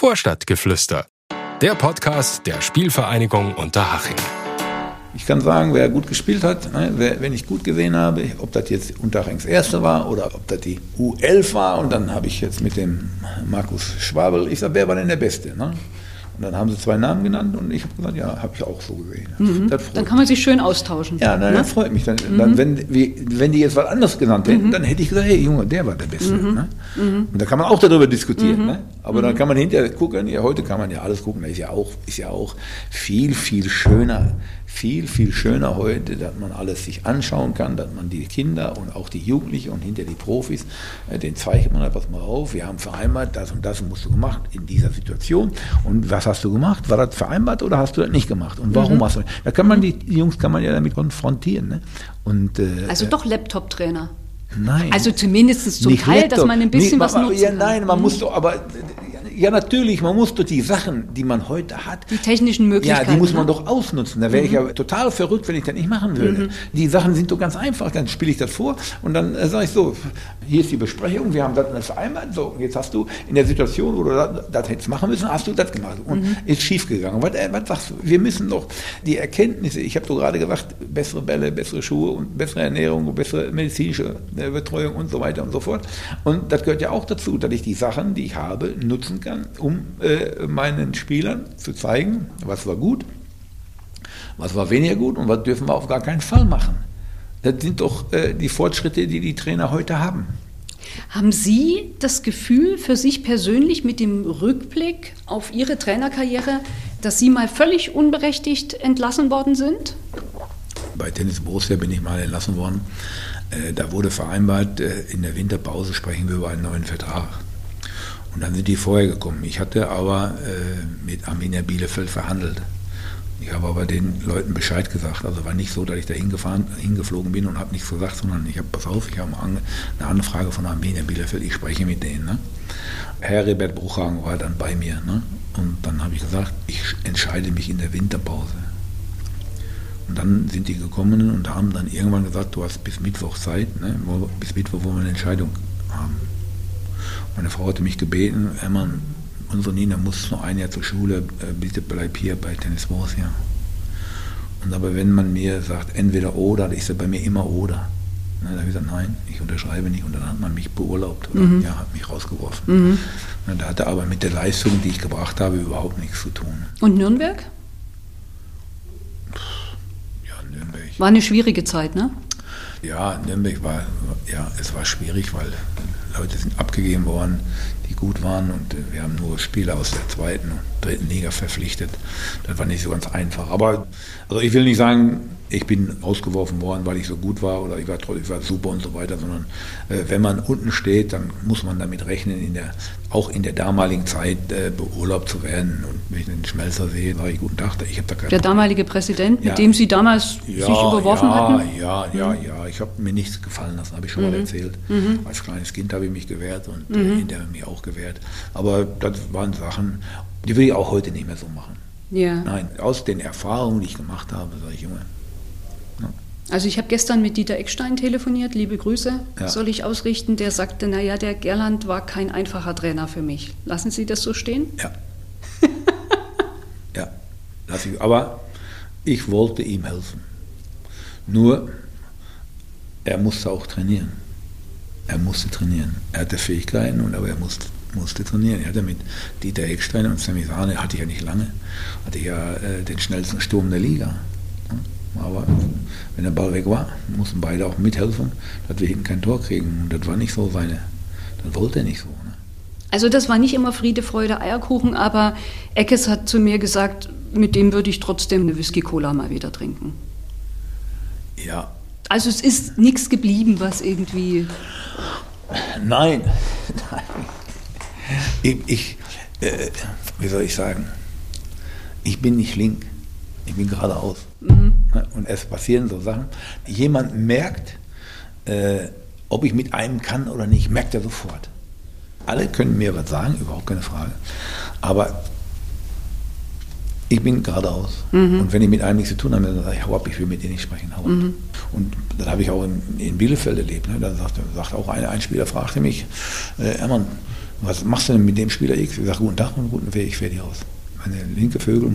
Vorstadtgeflüster, der Podcast der Spielvereinigung Unterhaching. Ich kann sagen, wer gut gespielt hat, wenn ich gut gesehen habe, ob das jetzt Unterhachings Erste war oder ob das die U11 war. Und dann habe ich jetzt mit dem Markus Schwabel, ich sage, wer war denn der Beste? Ne? Und dann haben sie 2 Namen genannt und ich habe gesagt, ja, habe ich auch so gesehen. Dann kann man sich schön austauschen. Ja, das freut mich. Dann, wenn die jetzt was anderes genannt hätten, dann hätte ich gesagt, hey Junge, der war der Beste. Ne? Und da kann man auch darüber diskutieren. Ne? Aber dann kann man hinterher gucken, ja, heute kann man ja alles gucken, das ist ja auch viel, viel schöner heute, dass man alles sich anschauen kann, dass man die Kinder und auch die Jugendlichen und hinter die Profis, den zeigt man, pass mal auf, wir haben vereinbart, das und das musst du gemacht in dieser Situation. Und was hast du gemacht? War das vereinbart oder hast du das nicht gemacht? Und warum hast du das? Da kann man die Jungs ja damit konfrontieren. Ne? Und, also doch Laptop-Trainer. Nein. Also zumindest zum Teil, Laptop, dass man ein bisschen was nutzen kann. Nein, man muss doch, aber ja natürlich, man muss doch die Sachen, die man heute hat. Die technischen Möglichkeiten. Ja, die muss man doch ausnutzen. Da wäre ich ja total verrückt, wenn ich das nicht machen würde. Die Sachen sind doch ganz einfach. Dann spiele ich das vor und dann sage ich so, hier ist die Besprechung, wir haben das vereinbart. So, jetzt hast du in der Situation, wo du das hättest machen müssen, hast du das gemacht. Und ist schief gegangen. Was sagst du? Wir müssen doch die Erkenntnisse, ich habe doch gerade gesagt, bessere Bälle, bessere Schuhe und bessere Ernährung und bessere medizinische Betreuung und so weiter und so fort. Und das gehört ja auch dazu, dass ich die Sachen, die ich habe, nutzen kann, um meinen Spielern zu zeigen, was war gut, was war weniger gut und was dürfen wir auf gar keinen Fall machen. Das sind doch die Fortschritte, die die Trainer heute haben. Haben Sie das Gefühl für sich persönlich mit dem Rückblick auf Ihre Trainerkarriere, dass Sie mal völlig unberechtigt entlassen worden sind? Bei Tennis Borussia bin ich mal entlassen worden. Da wurde vereinbart, in der Winterpause sprechen wir über einen neuen Vertrag. Und dann sind die vorher gekommen. Ich hatte aber mit Arminia Bielefeld verhandelt. Ich habe aber den Leuten Bescheid gesagt. Also war nicht so, dass ich da hingeflogen bin und habe nichts gesagt, sondern ich habe, pass auf, ich habe eine Anfrage von Arminia Bielefeld, ich spreche mit denen. Ne? Heribert Bruchhagen war dann bei mir. Ne? Und dann habe ich gesagt, ich entscheide mich in der Winterpause. Und dann sind die gekommen und haben dann irgendwann gesagt, du hast bis Mittwoch Zeit, ne? Bis Mittwoch wollen wir eine Entscheidung haben. Meine Frau hatte mich gebeten, Hermann, unsere Nina muss noch ein Jahr zur Schule, bitte bleib hier bei Tennis Borussia. Und aber wenn man mir sagt, entweder oder, dann ist er bei mir immer oder. Da habe ich gesagt, nein, ich unterschreibe nicht. Und dann hat man mich beurlaubt oder hat mich rausgeworfen. Und da hatte aber mit der Leistung, die ich gebracht habe, überhaupt nichts zu tun. Und Nürnberg? Nürnberg. War eine schwierige Zeit, ne? Ja, Nürnberg es war schwierig, weil Leute sind abgegeben worden, die gut waren und wir haben nur Spieler aus der 2. und 3. Liga verpflichtet. Das war nicht so ganz einfach. Aber also ich will nicht sagen, ich bin rausgeworfen worden, weil ich so gut war oder ich war toll, ich war super und so weiter, sondern wenn man unten steht, dann muss man damit rechnen, auch in der damaligen Zeit beurlaubt zu werden. Und wenn ich den Schmelzer sehe, sage ich, guten Tag, ich habe da keinen. Der damalige Präsident, mit dem Sie damals sich überworfen hatten? Ja, ich habe mir nichts gefallen lassen, habe ich schon mal erzählt. Als kleines Kind habe ich mich gewehrt und hinterher mich auch gewehrt. Aber das waren Sachen, die will ich auch heute nicht mehr so machen. Ja. Nein, aus den Erfahrungen, die ich gemacht habe, sage ich immer. Ja. Also ich habe gestern mit Dieter Eckstein telefoniert, liebe Grüße, soll ich ausrichten. Der sagte, naja, der Gerland war kein einfacher Trainer für mich. Lassen Sie das so stehen? Ja. Ja, aber ich wollte ihm helfen. Nur, er musste auch trainieren. Er musste trainieren. Er hatte Fähigkeiten, aber er musste trainieren. Er hatte mit Dieter Eckstein und Sami Sahne, hatte ich ja nicht lange, hatte ich ja den schnellsten Sturm der Liga. Aber wenn der Ball weg war, mussten beide auch mithelfen, dass wir hinten kein Tor kriegen. Und das war nicht so das wollte er nicht so. Ne? Also das war nicht immer Friede, Freude, Eierkuchen, aber Eckes hat zu mir gesagt, mit dem würde ich trotzdem eine Whisky-Cola mal wieder trinken. Ja. Also es ist nichts geblieben, was irgendwie... Nein. Wie soll ich sagen? Ich bin nicht link, ich bin geradeaus. Und es passieren so Sachen. Jemand merkt, ob ich mit einem kann oder nicht, merkt er sofort. Alle können mir was sagen, überhaupt keine Frage. Aber ich bin geradeaus. Und wenn ich mit einem nichts zu tun habe, dann sage ich, hau ab, ich will mit dir nicht sprechen, hau ab. Und das habe ich auch in Bielefeld erlebt. Ne? Da sagt auch ein Spieler, fragte mich, Hermann, was machst du denn mit dem Spieler X? Ich sage, guten Tag und guten Weg, ich fertig aus. Meine linke Vögel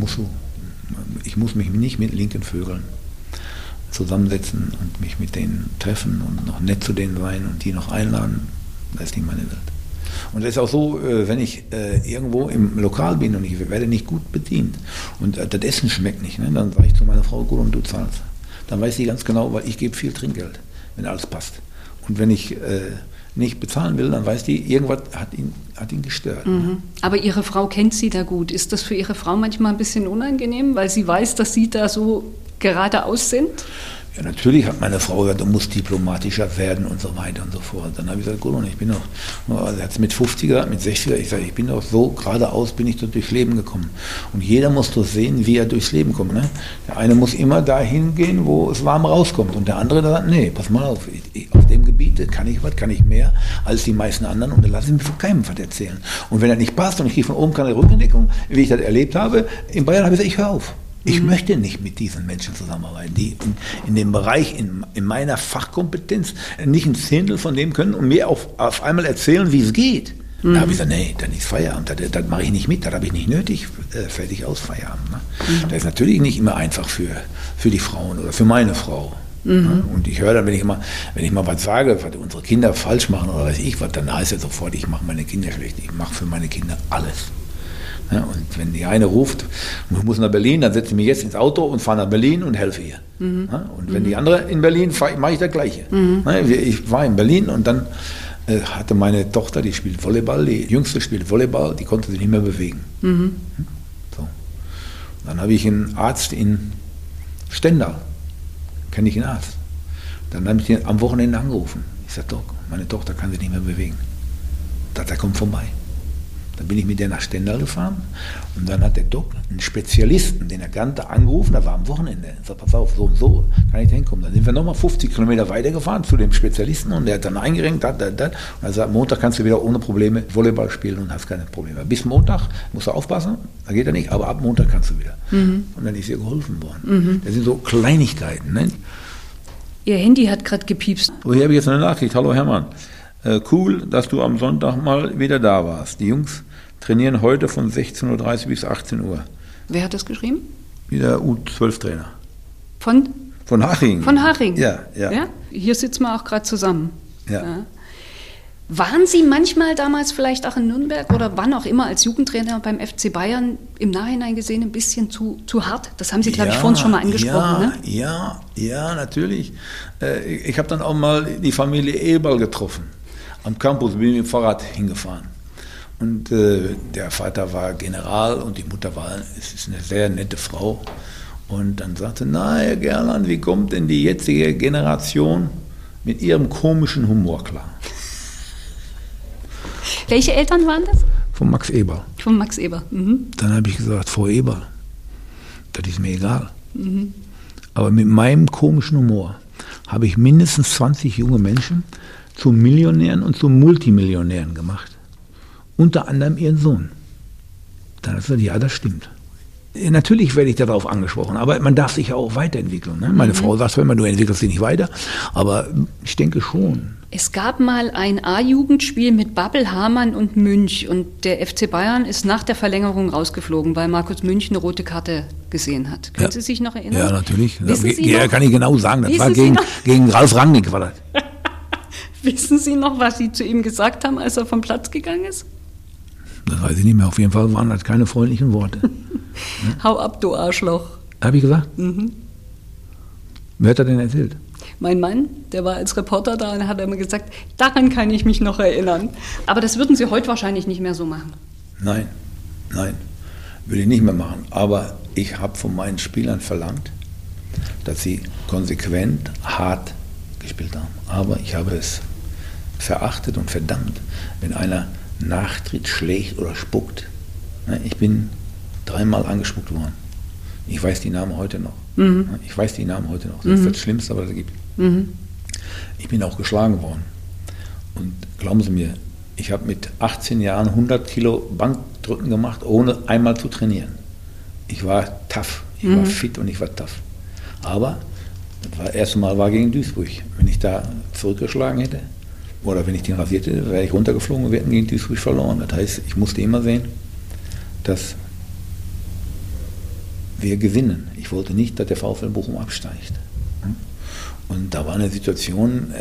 ich muss mich nicht mit linken Vögeln zusammensetzen und mich mit denen treffen und noch nett zu denen sein und die noch einladen. Das ist nicht meine Welt. Und das ist auch so, wenn ich irgendwo im Lokal bin und ich werde nicht gut bedient und das Essen schmeckt nicht, ne, dann sage ich zu meiner Frau, gut, und du zahlst. Dann weiß sie ganz genau, weil ich gebe viel Trinkgeld, wenn alles passt. Und wenn ich nicht bezahlen will, dann weiß die, irgendwas hat ihn gestört. Mhm. Aber Ihre Frau kennt Sie da gut. Ist das für Ihre Frau manchmal ein bisschen unangenehm, weil sie weiß, dass Sie da so geradeaus sind? Ja, natürlich hat meine Frau gesagt, du musst diplomatischer werden und so weiter und so fort. Dann habe ich gesagt, gut, und ich bin doch, also jetzt mit 50er, mit 60er, ich sage, ich bin doch so geradeaus, bin ich doch durchs Leben gekommen. Und jeder muss doch sehen, wie er durchs Leben kommt. Ne? Der eine muss immer dahin gehen, wo es warm rauskommt. Und der andere sagt, nee, pass mal auf dem Gebiet kann ich mehr als die meisten anderen und dann lasse ich mir von keinem was erzählen. Und wenn das nicht passt und ich kriege von oben keine Rückendeckung, wie ich das erlebt habe, in Bayern habe ich gesagt, ich höre auf. Ich möchte nicht mit diesen Menschen zusammenarbeiten, die in dem Bereich, in meiner Fachkompetenz nicht ein Zehntel von dem können und mir auf einmal erzählen, wie es geht. Da habe ich gesagt, nee, dann ist Feierabend, das mache ich nicht mit, das habe ich nicht nötig, fertig aus Feierabend. Ne? Das ist natürlich nicht immer einfach für die Frauen oder für meine Frau. Ne? Und ich höre dann, wenn ich mal was sage, was unsere Kinder falsch machen oder weiß ich was, dann heißt es sofort, ich mache meine Kinder schlecht, ich mache für meine Kinder alles. Ja, und wenn die eine ruft, ich muss nach Berlin, dann setze ich mich jetzt ins Auto und fahre nach Berlin und helfe ihr. Ja, und wenn die andere in Berlin fahre, mache ich das Gleiche. Ja, ich war in Berlin und dann hatte meine Tochter, die spielt Volleyball, die Jüngste spielt Volleyball, die konnte sich nicht mehr bewegen. So. Dann habe ich einen Arzt in Stendal, kenne ich einen Arzt. Dann habe ich den am Wochenende angerufen. Ich sage, Doc, meine Tochter kann sich nicht mehr bewegen. Der kommt vorbei. Dann bin ich mit der nach Stendal gefahren und dann hat der Doc einen Spezialisten, den er kannte, angerufen, da war am Wochenende. Er sagt, pass auf, so und so kann ich da hinkommen. Dann sind wir nochmal 50 Kilometer weitergefahren zu dem Spezialisten und der hat dann eingerenkt, und er sagt, Montag kannst du wieder ohne Probleme Volleyball spielen und hast keine Probleme. Bis Montag musst du aufpassen, da geht er nicht, aber ab Montag kannst du wieder. Und dann ist ihr geholfen worden. Das sind so Kleinigkeiten. Ne? Ihr Handy hat gerade gepiepst. Oh, hier habe ich jetzt eine Nachricht. Hallo Hermann. Cool, dass du am Sonntag mal wieder da warst. Die Jungs trainieren heute von 16:30 bis 18 Uhr. Wer hat das geschrieben? Der U12-Trainer. Von Haching. Von Haching? Ja. Hier sitzen wir auch gerade zusammen. Ja. Waren Sie manchmal damals vielleicht auch in Nürnberg oder wann auch immer als Jugendtrainer beim FC Bayern im Nachhinein gesehen ein bisschen zu hart? Das haben Sie, glaube ich, vorhin schon mal angesprochen, ne? Ja, natürlich. Ich habe dann auch mal die Familie Eberl getroffen. Am Campus bin ich mit dem Fahrrad hingefahren. Und der Vater war General und die Mutter ist eine sehr nette Frau. Und dann sagte, na, Herr Gerland, wie kommt denn die jetzige Generation mit ihrem komischen Humor klar? Welche Eltern waren das? Von Max Eberl. Von Max Eberl. Dann habe ich gesagt, Frau Eberl, das ist mir egal. Aber mit meinem komischen Humor habe ich mindestens 20 junge Menschen zu Millionären und zu Multimillionären gemacht. Unter anderem ihren Sohn. Dann hat er gesagt, ja, das stimmt. Natürlich werde ich darauf angesprochen, aber man darf sich ja auch weiterentwickeln. Ne? Meine Frau sagt zwar immer, du entwickelst dich nicht weiter, aber ich denke schon. Es gab mal ein A-Jugendspiel mit Babbel, Hamann und Münch und der FC Bayern ist nach der Verlängerung rausgeflogen, weil Markus Münch eine rote Karte gesehen hat. Können Sie sich noch erinnern? Ja, natürlich. Wissen Sie noch? Kann ich genau sagen. Das war gegen Ralf Rangnick. War das. Wissen Sie noch, was Sie zu ihm gesagt haben, als er vom Platz gegangen ist? Das weiß ich nicht mehr. Auf jeden Fall waren das keine freundlichen Worte. Hau ab, du Arschloch. Habe ich gesagt? Wer hat das denn erzählt? Mein Mann, der war als Reporter da und hat immer gesagt, daran kann ich mich noch erinnern. Aber das würden Sie heute wahrscheinlich nicht mehr so machen. Nein, würde ich nicht mehr machen. Aber ich habe von meinen Spielern verlangt, dass sie konsequent, hart gespielt haben. Aber ich habe es verachtet und verdammt, wenn einer nachtritt, schlägt oder spuckt. Ich bin 3-mal angespuckt worden. Ich weiß die Namen heute noch. Das ist das Schlimmste, was es gibt. Ich bin auch geschlagen worden. Und glauben Sie mir, ich habe mit 18 Jahren 100 Kilo Bankdrücken gemacht, ohne einmal zu trainieren. Ich war tough, ich war fit und ich war tough. Aber das erste Mal war gegen Duisburg. Wenn ich da zurückgeschlagen hätte, oder wenn ich den rasierte, wäre ich runtergeflogen und wir hätten gegen Duisburg verloren. Das heißt, ich musste immer sehen, dass wir gewinnen. Ich wollte nicht, dass der VfL Bochum absteigt. Und da war eine Situation,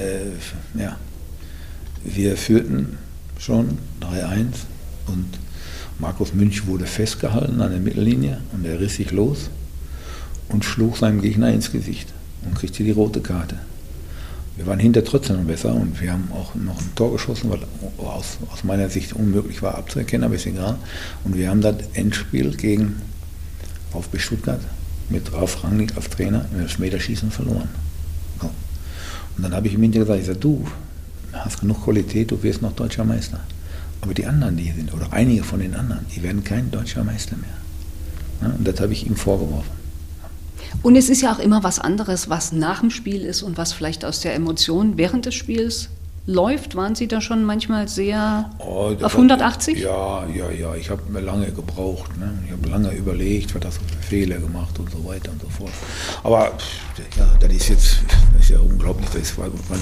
wir führten schon 3-1 und Markus Münch wurde festgehalten an der Mittellinie und er riss sich los und schlug seinem Gegner ins Gesicht und kriegte die rote Karte. Wir waren hinter trotzdem besser und wir haben auch noch ein Tor geschossen, was aus meiner Sicht unmöglich war abzuerkennen, aber ist egal. Und wir haben das Endspiel gegen VfB Stuttgart mit Ralf Rangnick als Trainer im Elfmeterschießen verloren. So. Und dann habe ich ihm hinterher gesagt, du hast genug Qualität, du wirst noch deutscher Meister. Aber die anderen, die hier sind, oder einige von den anderen, die werden kein deutscher Meister mehr. Ja, und das habe ich ihm vorgeworfen. Und es ist ja auch immer was anderes, was nach dem Spiel ist und was vielleicht aus der Emotion während des Spiels läuft. Waren Sie da schon manchmal sehr auf 180? Ja, ich habe mir lange gebraucht. Ne? Ich habe lange überlegt, was das für Fehler gemacht und so weiter und so fort. Aber ja, das ist ja unglaublich, das war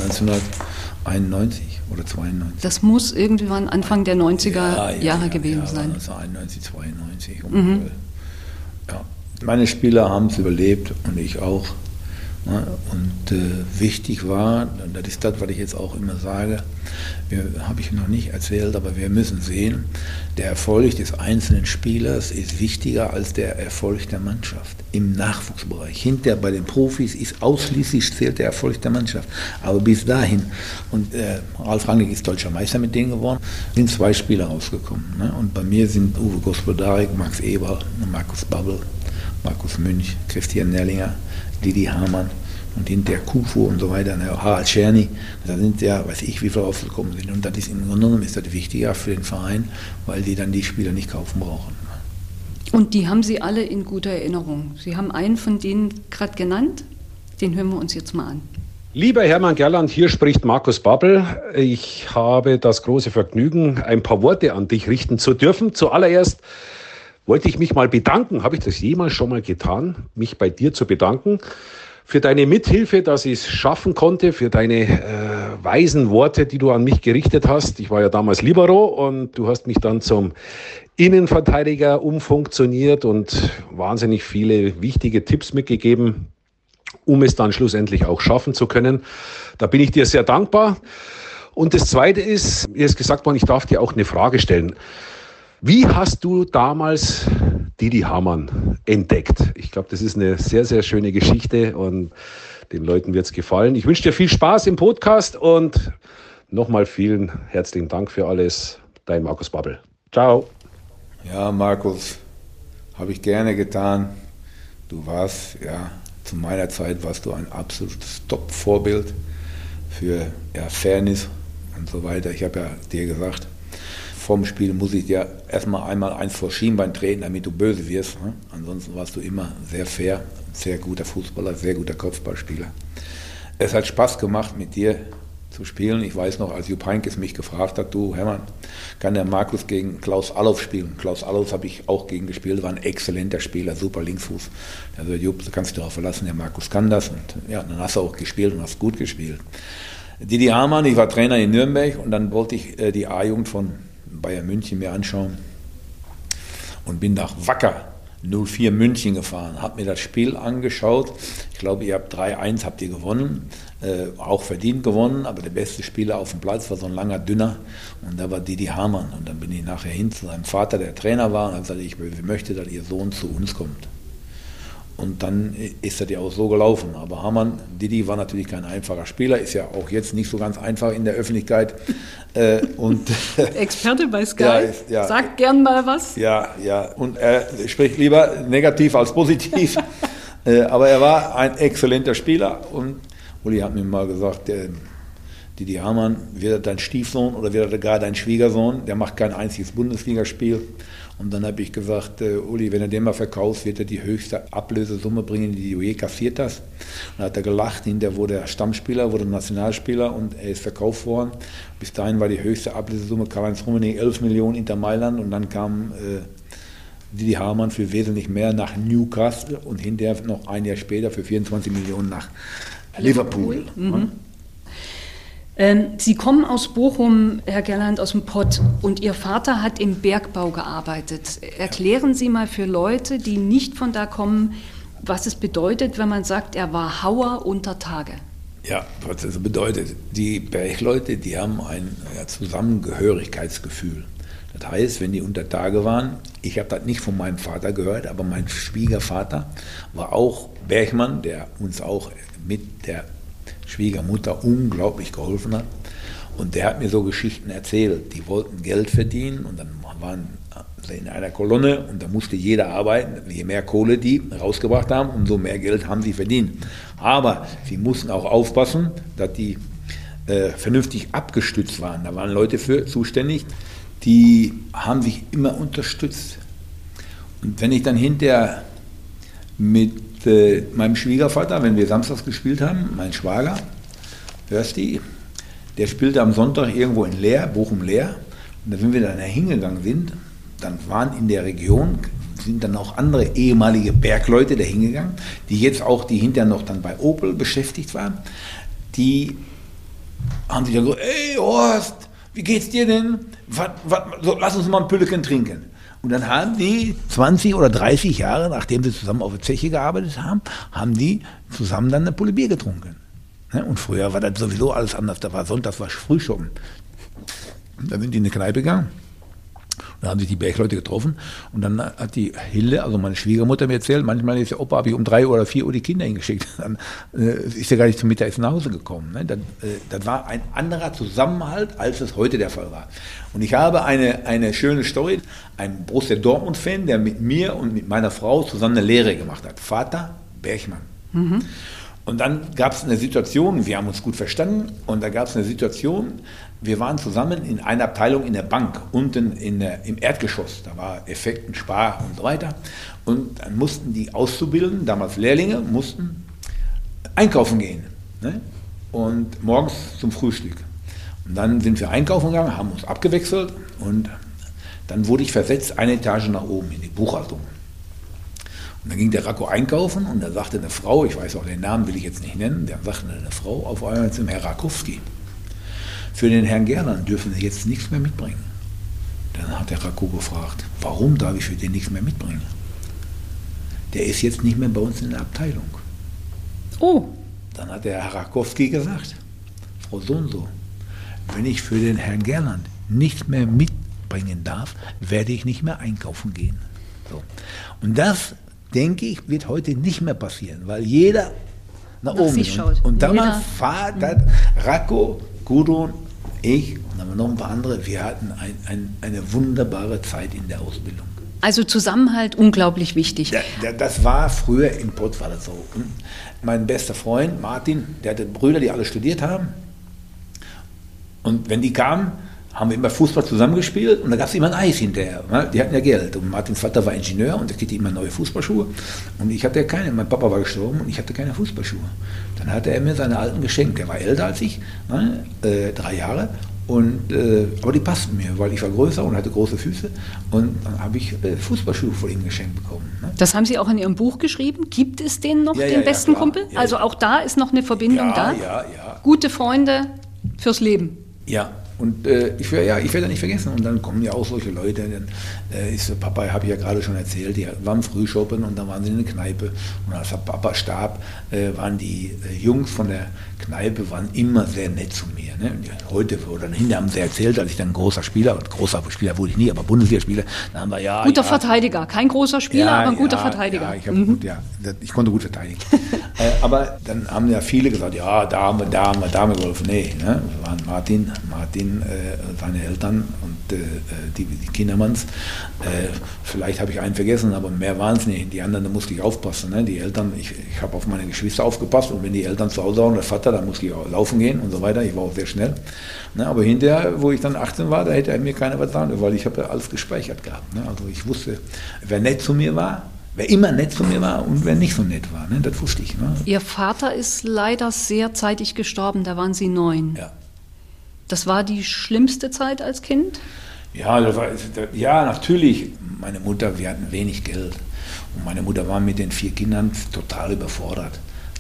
1991 oder 92. Das muss irgendwann Anfang der 90er Jahre gewesen sein. 1991, 92. Ja. Meine Spieler haben es überlebt und ich auch. Und wichtig war, das ist das, was ich jetzt auch immer sage, habe ich noch nicht erzählt, aber wir müssen sehen, der Erfolg des einzelnen Spielers ist wichtiger als der Erfolg der Mannschaft im Nachwuchsbereich. Hinterher bei den Profis ist ausschließlich zählt der Erfolg der Mannschaft. Aber bis dahin, und Ralf Rangnick ist deutscher Meister mit denen geworden, sind 2 Spieler rausgekommen. Ne? Und bei mir sind Uwe Gospodarek, Max Eberl, Markus Babbel, Markus Münch, Christian Nerlinger, Didi Hamann und hinterher Kufu und so weiter, Harald Czerny, da sind ja, weiß ich, wie viele rausgekommen sind. Und das ist im Grunde genommen ist das wichtiger für den Verein, weil die dann die Spieler nicht kaufen brauchen. Und die haben Sie alle in guter Erinnerung. Sie haben einen von denen gerade genannt, den hören wir uns jetzt mal an. Lieber Hermann Gerland, hier spricht Markus Babbel. Ich habe das große Vergnügen, ein paar Worte an dich richten zu dürfen. Zuallererst wollte ich mich mal bedanken, habe ich das jemals schon mal getan, mich bei dir zu bedanken, für deine Mithilfe, dass ich es schaffen konnte, für deine weisen Worte, die du an mich gerichtet hast. Ich war ja damals Libero und du hast mich dann zum Innenverteidiger umfunktioniert und wahnsinnig viele wichtige Tipps mitgegeben, um es dann schlussendlich auch schaffen zu können. Da bin ich dir sehr dankbar. Und das Zweite ist, mir ist gesagt worden, ich darf dir auch eine Frage stellen. Wie hast du damals Didi Hamann entdeckt? Ich glaube, das ist eine sehr, sehr schöne Geschichte und den Leuten wird es gefallen. Ich wünsche dir viel Spaß im Podcast und nochmal vielen herzlichen Dank für alles. Dein Markus Babbel. Ciao. Ja, Markus, habe ich gerne getan. Du warst, zu meiner Zeit warst du ein absolutes Top-Vorbild für Fairness und so weiter. Ich habe ja dir gesagt, vorm Spiel muss ich dir erstmal einmal eins vor Schienbein treten, damit du böse wirst. Ne? Ansonsten warst du immer sehr fair, sehr guter Fußballer, sehr guter Kopfballspieler. Es hat Spaß gemacht, mit dir zu spielen. Ich weiß noch, als Jupp Heynckes mich gefragt hat, du Hermann, kann der Markus gegen Klaus Allofs spielen? Klaus Allofs habe ich auch gegen gespielt, war ein exzellenter Spieler, super Linksfuß. Also Jupp, du kannst dich darauf verlassen, der Markus kann das. Und ja, dann hast du auch gespielt und hast gut gespielt. Didi Hamann, ich war Trainer in Nürnberg und dann wollte ich die A-Jugend von Bayern München mir anschauen und bin nach Wacker 04 München gefahren, habe mir das Spiel angeschaut. Ich glaube, ihr habt 3-1 habt ihr gewonnen, auch verdient gewonnen, aber der beste Spieler auf dem Platz war so ein langer Dünner und da war Didi Hamann. Und dann bin ich nachher hin zu seinem Vater, der Trainer war, und habe gesagt, ich möchte, dass ihr Sohn zu uns kommt. Und dann ist das ja auch so gelaufen. Aber Hamann, Didi war natürlich kein einfacher Spieler, ist ja auch jetzt nicht so ganz einfach in der Öffentlichkeit. Experte bei Sky, sagt gern mal was. Ja, und er spricht lieber negativ als positiv. Aber er war ein exzellenter Spieler. Und Uli hat mir mal gesagt, Didi Hamann, wird er dein Stiefsohn oder wird er gar dein Schwiegersohn? Der macht kein einziges Bundesligaspiel. Und dann habe ich gesagt, Uli, wenn du den mal verkaufst, wird er die höchste Ablösesumme bringen, die du je kassiert hast. Und dann hat er gelacht, hinterher wurde er Stammspieler, wurde Nationalspieler und er ist verkauft worden. Bis dahin war die höchste Ablösesumme Karl-Heinz Rummenigge 11 Millionen Inter Mailand und dann kam Didi Hamann für wesentlich mehr nach Newcastle und hinterher noch ein Jahr später für 24 Millionen nach Liverpool. Mhm. Sie kommen aus Bochum, Herr Gerland, aus dem Pott, und Ihr Vater hat im Bergbau gearbeitet. Erklären Sie mal für Leute, die nicht von da kommen, was es bedeutet, wenn man sagt, er war Hauer unter Tage. Ja, was das bedeutet, die Bergleute, die haben ein Zusammengehörigkeitsgefühl. Das heißt, wenn die unter Tage waren, ich habe das nicht von meinem Vater gehört, aber mein Schwiegervater war auch Bergmann, der uns auch mit der Schwiegermutter unglaublich geholfen hat. Und der hat mir so Geschichten erzählt. Die wollten Geld verdienen und dann waren sie in einer Kolonne und da musste jeder arbeiten. Je mehr Kohle die rausgebracht haben, umso mehr Geld haben sie verdient. Aber sie mussten auch aufpassen, dass die vernünftig abgestützt waren. Da waren Leute für zuständig, die haben sich immer unterstützt. Und wenn ich dann hinterher mit meinem Schwiegervater, wenn wir samstags gespielt haben, mein Schwager, Hörsti, der spielte am Sonntag irgendwo in Leer, Bochum-Leer. Und wenn wir dann hingegangen sind, dann waren in der Region, sind dann auch andere ehemalige Bergleute da hingegangen, die jetzt auch, die hinterher noch dann bei Opel beschäftigt waren, die haben sich dann so, ey Horst, wie geht's dir denn? So, lass uns mal ein Pülleken trinken. Und dann haben die 20 oder 30 Jahre, nachdem sie zusammen auf der Zeche gearbeitet haben, haben die zusammen dann eine Pulle Bier getrunken. Und früher war das sowieso alles anders. Da war Sonntag, war Frühschoppen. Dann sind die in eine Kneipe gegangen. Da haben sich die Bergleute getroffen und dann hat die Hilde, also meine Schwiegermutter, mir erzählt, manchmal ist der Opa, habe ich um 3 oder 4 Uhr die Kinder hingeschickt. Dann ist er gar nicht zum Mittagessen nach Hause gekommen. Das war ein anderer Zusammenhalt, als es heute der Fall war. Und ich habe eine schöne Story, ein Borussia Dortmund-Fan, der mit mir und mit meiner Frau zusammen eine Lehre gemacht hat. Vater Bergmann. Mhm. Und dann gab es eine Situation, wir haben uns gut verstanden, und da gab es eine Situation, wir waren zusammen in einer Abteilung in der Bank, unten im Erdgeschoss, da war Effekten, Spar und so weiter. Und dann mussten die Auszubildenden, damals Lehrlinge, mussten einkaufen gehen. Ne? Und morgens zum Frühstück. Und dann sind wir einkaufen gegangen, haben uns abgewechselt und dann wurde ich versetzt, eine Etage nach oben in die Buchhaltung. Und dann ging der Racco einkaufen und da sagte eine Frau, ich weiß auch den Namen, will ich jetzt nicht nennen, da sagte eine Frau auf einmal zum Herrn Rakowski, für den Herrn Gerland dürfen Sie jetzt nichts mehr mitbringen. Dann hat der Racco gefragt, warum darf ich für den nichts mehr mitbringen? Der ist jetzt nicht mehr bei uns in der Abteilung. Oh. Dann hat der Herr Rakowski gesagt, Frau so und so, wenn ich für den Herrn Gerland nichts mehr mitbringen darf, werde ich nicht mehr einkaufen gehen. So. Und das, denke ich, wird heute nicht mehr passieren, weil jeder nach oben schaut. Und damals war das Racco, Gudrun, ich und dann noch ein paar andere, wir hatten eine wunderbare Zeit in der Ausbildung. Also Zusammenhalt unglaublich wichtig. Das war früher im Pott, war das so. Und mein bester Freund Martin, der hatte Brüder, die alle studiert haben. Und wenn die kamen, haben wir immer Fußball zusammengespielt und da gab es immer ein Eis hinterher. Ne? Die hatten ja Geld. Und Martins Vater war Ingenieur und der kriegte immer neue Fußballschuhe. Und ich hatte keine, mein Papa war gestorben und ich hatte keine Fußballschuhe. Dann hatte er mir seine alten geschenkt. Der war älter als ich, ne? 3 Jahre. Und, aber die passten mir, weil ich war größer und hatte große Füße. Und dann habe ich Fußballschuhe von ihm geschenkt bekommen. Ne? Das haben Sie auch in Ihrem Buch geschrieben. Gibt es den noch, den besten Kumpel? Ja, also auch da ist noch eine Verbindung da? Ja. Gute Freunde fürs Leben. Ja. Und ich werde das nicht vergessen. Und dann kommen ja auch solche Leute. Dann Papa, habe ich ja gerade schon erzählt, die waren Frühschoppen und dann waren sie in der Kneipe. Und als Papa starb, waren die Jungs von der Kneipe waren immer sehr nett zu mir. Ne? Und heute oder hinterher haben sie erzählt, als ich dann großer Spieler wurde ich nie, aber Bundesliga-Spieler, dann haben wir guter Verteidiger, kein großer Spieler, aber ein guter Verteidiger. Ich konnte gut verteidigen. Aber dann haben ja viele gesagt, ja, da haben wir geholfen. Nee, ne? Das waren Martin, seine Eltern und die Kindermanns. Vielleicht habe ich einen vergessen, aber mehr waren es nicht. Die anderen, da musste ich aufpassen. Ne? Die Eltern, ich habe auf meine Geschwister aufgepasst und wenn die Eltern zu Hause waren, der Vater, dann musste ich auch laufen gehen und so weiter. Ich war auch sehr schnell. Ne? Aber hinterher, wo ich dann 18 war, da hätte mir keiner was sagen, weil ich habe ja alles gespeichert gehabt. Ne? Also ich wusste, wer nett zu mir war, wer immer nett zu mir war und wer nicht so nett war. Ne? Das wusste ich. Ne? Ihr Vater ist leider sehr zeitig gestorben, da waren Sie 9. Ja. Das war die schlimmste Zeit als Kind? Ja, natürlich. Meine Mutter, wir hatten wenig Geld. Und meine Mutter war mit den 4 Kindern total überfordert.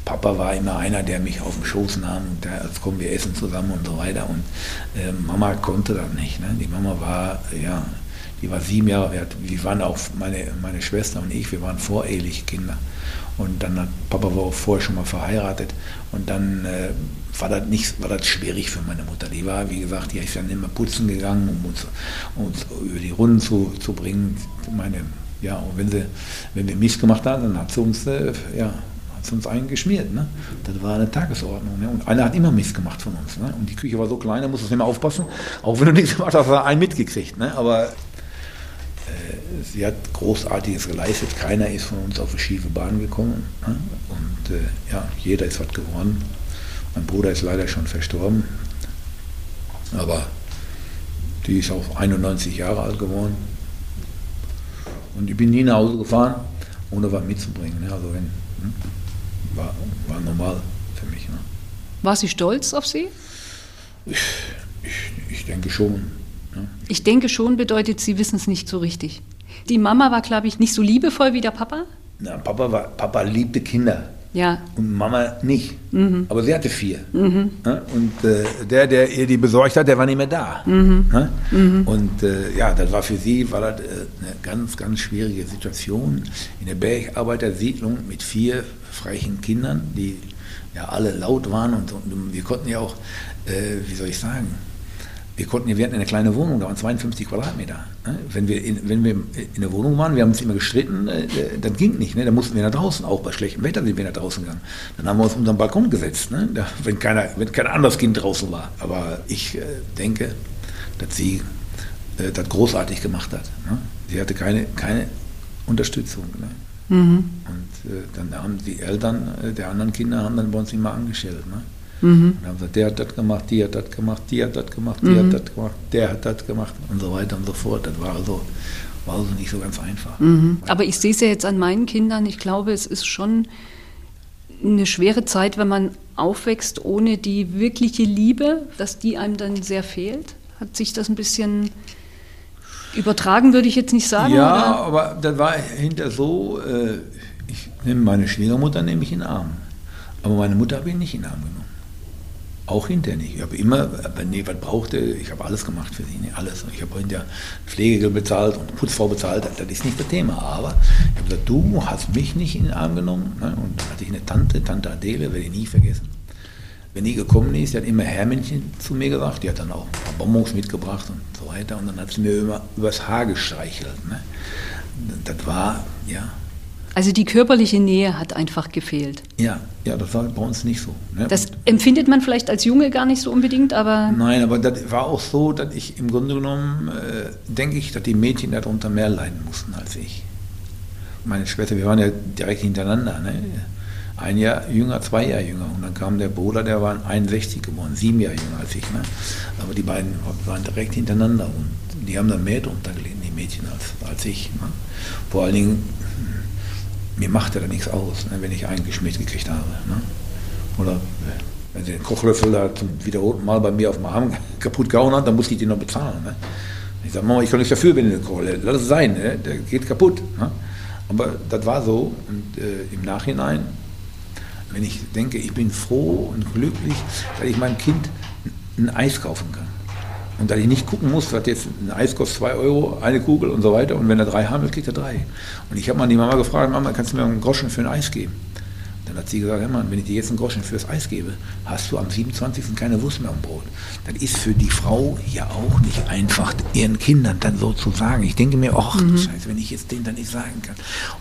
Papa war immer einer, der mich auf den Schoß nahm und als kommen wir essen zusammen und so weiter. Und Mama konnte das nicht. Ne? Die Mama war, die war 7 Jahre alt. Wir waren auch, meine Schwester und ich, wir waren voreheliche Kinder. Und dann hat Papa war auch vorher schon mal verheiratet. Und dann war das schwierig für meine Mutter. Die war, wie gesagt, die ist dann immer putzen gegangen, um uns über die Runden zu bringen. Und wenn wir Mist gemacht haben, dann hat sie uns einen geschmiert. Ne? Das war eine Tagesordnung. Ne? Und einer hat immer Mist gemacht von uns. Ne? Und die Küche war so klein, da musstest du immer aufpassen. Auch wenn du nichts gemacht hast, hast du einen mitgekriegt. Ne? Aber sie hat Großartiges geleistet. Keiner ist von uns auf eine schiefe Bahn gekommen. Ne? Und jeder ist was geworden. Mein Bruder ist leider schon verstorben. Aber die ist auch 91 Jahre alt geworden. Und ich bin nie nach Hause gefahren, ohne was mitzubringen. Ne? Also war normal für mich. Ne? War sie stolz auf Sie? Ich denke schon. Ne? Ich denke schon bedeutet, Sie wissen es nicht so richtig. Die Mama war, glaube ich, nicht so liebevoll wie der Papa? Na, Papa liebte Kinder. Ja. Und Mama nicht. Mhm. Aber sie hatte 4. Mhm. Ne? Und der ihr die besorgt hat, der war nicht mehr da. Mhm. Ne? Mhm. Und das war für sie eine ganz, ganz schwierige Situation. In der Bergarbeitersiedlung mit 4 frechen Kindern, die ja alle laut waren. Und wir konnten ja auch, wir hatten eine kleine Wohnung, da waren 52 Quadratmeter. Wenn wir in der Wohnung waren, wir haben uns immer gestritten, das ging nicht. Ne? Da mussten wir nach draußen, auch bei schlechtem Wetter sind wir nach draußen gegangen. Dann haben wir uns auf unseren Balkon gesetzt, ne? Wenn kein anderes Kind draußen war. Aber ich denke, dass sie das großartig gemacht hat. Ne? Sie hatte keine Unterstützung. Ne? Mhm. Und dann haben die Eltern der anderen Kinder haben dann bei uns immer angestellt. Ne? Mhm. Und haben gesagt, der hat das gemacht, die hat das gemacht, die hat das gemacht, die hat das gemacht, der hat das gemacht und so weiter und so fort. Das war also nicht so ganz einfach. Mhm. Aber ich sehe es ja jetzt an meinen Kindern. Ich glaube, es ist schon eine schwere Zeit, wenn man aufwächst ohne die wirkliche Liebe, dass die einem dann sehr fehlt. Hat sich das ein bisschen übertragen, würde ich jetzt nicht sagen? Ja, oder? Aber das war hinter so, ich nehme meine Schwiegermutter in den Arm. Aber meine Mutter habe ich nicht in den Arm genommen. Auch hinterher nicht. Ich habe immer, wenn ich was brauchte, ich habe alles gemacht für sie, alles. Ich habe hinterher Pflegegeld bezahlt und Putzfrau bezahlt, das ist nicht das Thema. Aber ich habe gesagt, du hast mich nicht in den Arm genommen. Ne? Und dann hatte ich eine Tante Adele, werde ich nie vergessen. Wenn die gekommen ist, die hat immer Herrmännchen zu mir gesagt, die hat dann auch ein paar Bonbons mitgebracht und so weiter. Und dann hat sie mir immer übers Haar gestreichelt. Ne? Das war, Also die körperliche Nähe hat einfach gefehlt. Ja, das war bei uns nicht so. Ne? Das empfindet man vielleicht als Junge gar nicht so unbedingt, aber... Nein, aber das war auch so, dass ich im Grunde genommen, denke ich, dass die Mädchen darunter mehr leiden mussten als ich. Meine Schwester, wir waren ja direkt hintereinander. Ne? 1 Jahr jünger, 2 Jahre jünger. Und dann kam der Bruder, der war 61 geworden, 7 Jahre jünger als ich. Ne? Aber die beiden waren direkt hintereinander und die haben dann mehr drunter gelitten, die Mädchen, als ich. Ne? Vor allen Dingen... Mir machte da nichts aus, ne, wenn ich einen geschmiert gekriegt habe. Ne? Oder wenn sie den Kochlöffel da zum wiederholten Mal bei mir auf dem Arm kaputt gehauen hat, dann musste ich den noch bezahlen. Ne? Ich sage, Mama, ich kann nichts dafür, wenn du den Kochlöffel, lass es sein, ne? Der geht kaputt. Ne? Aber das war so. Und im Nachhinein, wenn ich denke, ich bin froh und glücklich, dass ich meinem Kind ein Eis kaufen kann. Und dass ich nicht gucken muss, was jetzt ein Eis kostet 2 Euro, eine Kugel und so weiter. Und wenn er 3 haben will, kriegt er 3. Und ich habe mal die Mama gefragt, Mama, kannst du mir einen Groschen für ein Eis geben? Dann hat sie gesagt, hey Mann, wenn ich dir jetzt einen Groschen für das Eis gebe, hast du am 27. keine Wurst mehr am Brot. Das ist für die Frau ja auch nicht einfach, ihren Kindern dann so zu sagen. Ich denke mir, Scheiße, wenn ich jetzt denen dann nicht sagen kann,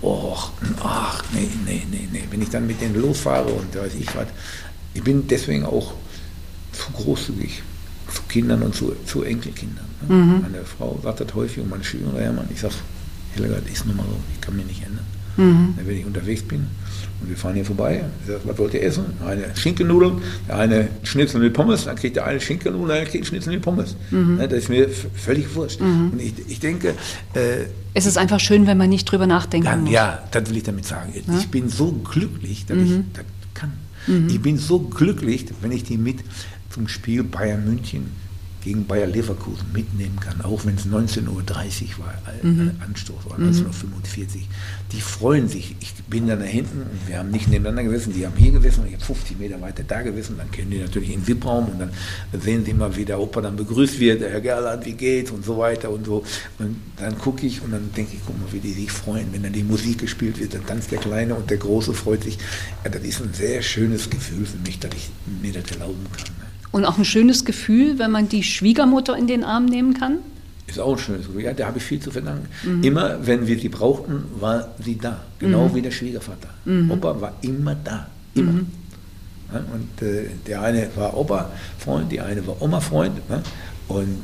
nee. Wenn ich dann mit denen losfahre und weiß ich was. Ich bin deswegen auch zu großzügig. Zu Kindern und zu Enkelkindern. Ne? Mhm. Meine Frau sagt das häufig und meine Schwiegermutter, Hermann, ich sage, Hildegard, das ist nun mal so, ich kann mich nicht ändern. Mhm. Wenn ich unterwegs bin und wir fahren hier vorbei, ich sage, was wollt ihr essen? Eine Schinkennudeln, der eine Schnitzel mit Pommes, dann kriegt der eine Schinkennudeln, der andere kriegt Schnitzel mit Pommes. Mhm. Ne? Das ist mir völlig wurscht. Mhm. Und ich denke... es ist einfach schön, wenn man nicht drüber nachdenken muss. Ja, das will ich damit sagen. Ja? Ich bin so glücklich, dass ich das kann. Mhm. Ich bin so glücklich, wenn ich die mit zum Spiel Bayern München gegen Bayer Leverkusen mitnehmen kann, auch wenn es 19.30 Uhr war, Anstoß war, 19.45 Uhr. Die freuen sich. Ich bin dann da hinten und wir haben nicht nebeneinander gesessen, die haben hier gesessen und ich habe 50 Meter weiter da gesessen. Dann können die natürlich in den VIP-Raum und dann sehen sie immer, wie der Opa dann begrüßt wird, der Herr Gerland, wie geht's und so weiter und so. Und dann gucke ich und dann denke ich, guck mal, wie die sich freuen. Wenn dann die Musik gespielt wird, dann tanzt der Kleine und der Große freut sich. Ja, das ist ein sehr schönes Gefühl für mich, dass ich mir das erlauben kann. Ne? Und auch ein schönes Gefühl, wenn man die Schwiegermutter in den Arm nehmen kann? Ist auch ein schönes Gefühl. Ja, da habe ich viel zu verdanken. Immer, wenn wir sie brauchten, war sie da. Genau wie der Schwiegervater. Opa war immer da. Immer. Ja, und der eine war Opa-Freund, die eine war Oma-Freund. Ne? Und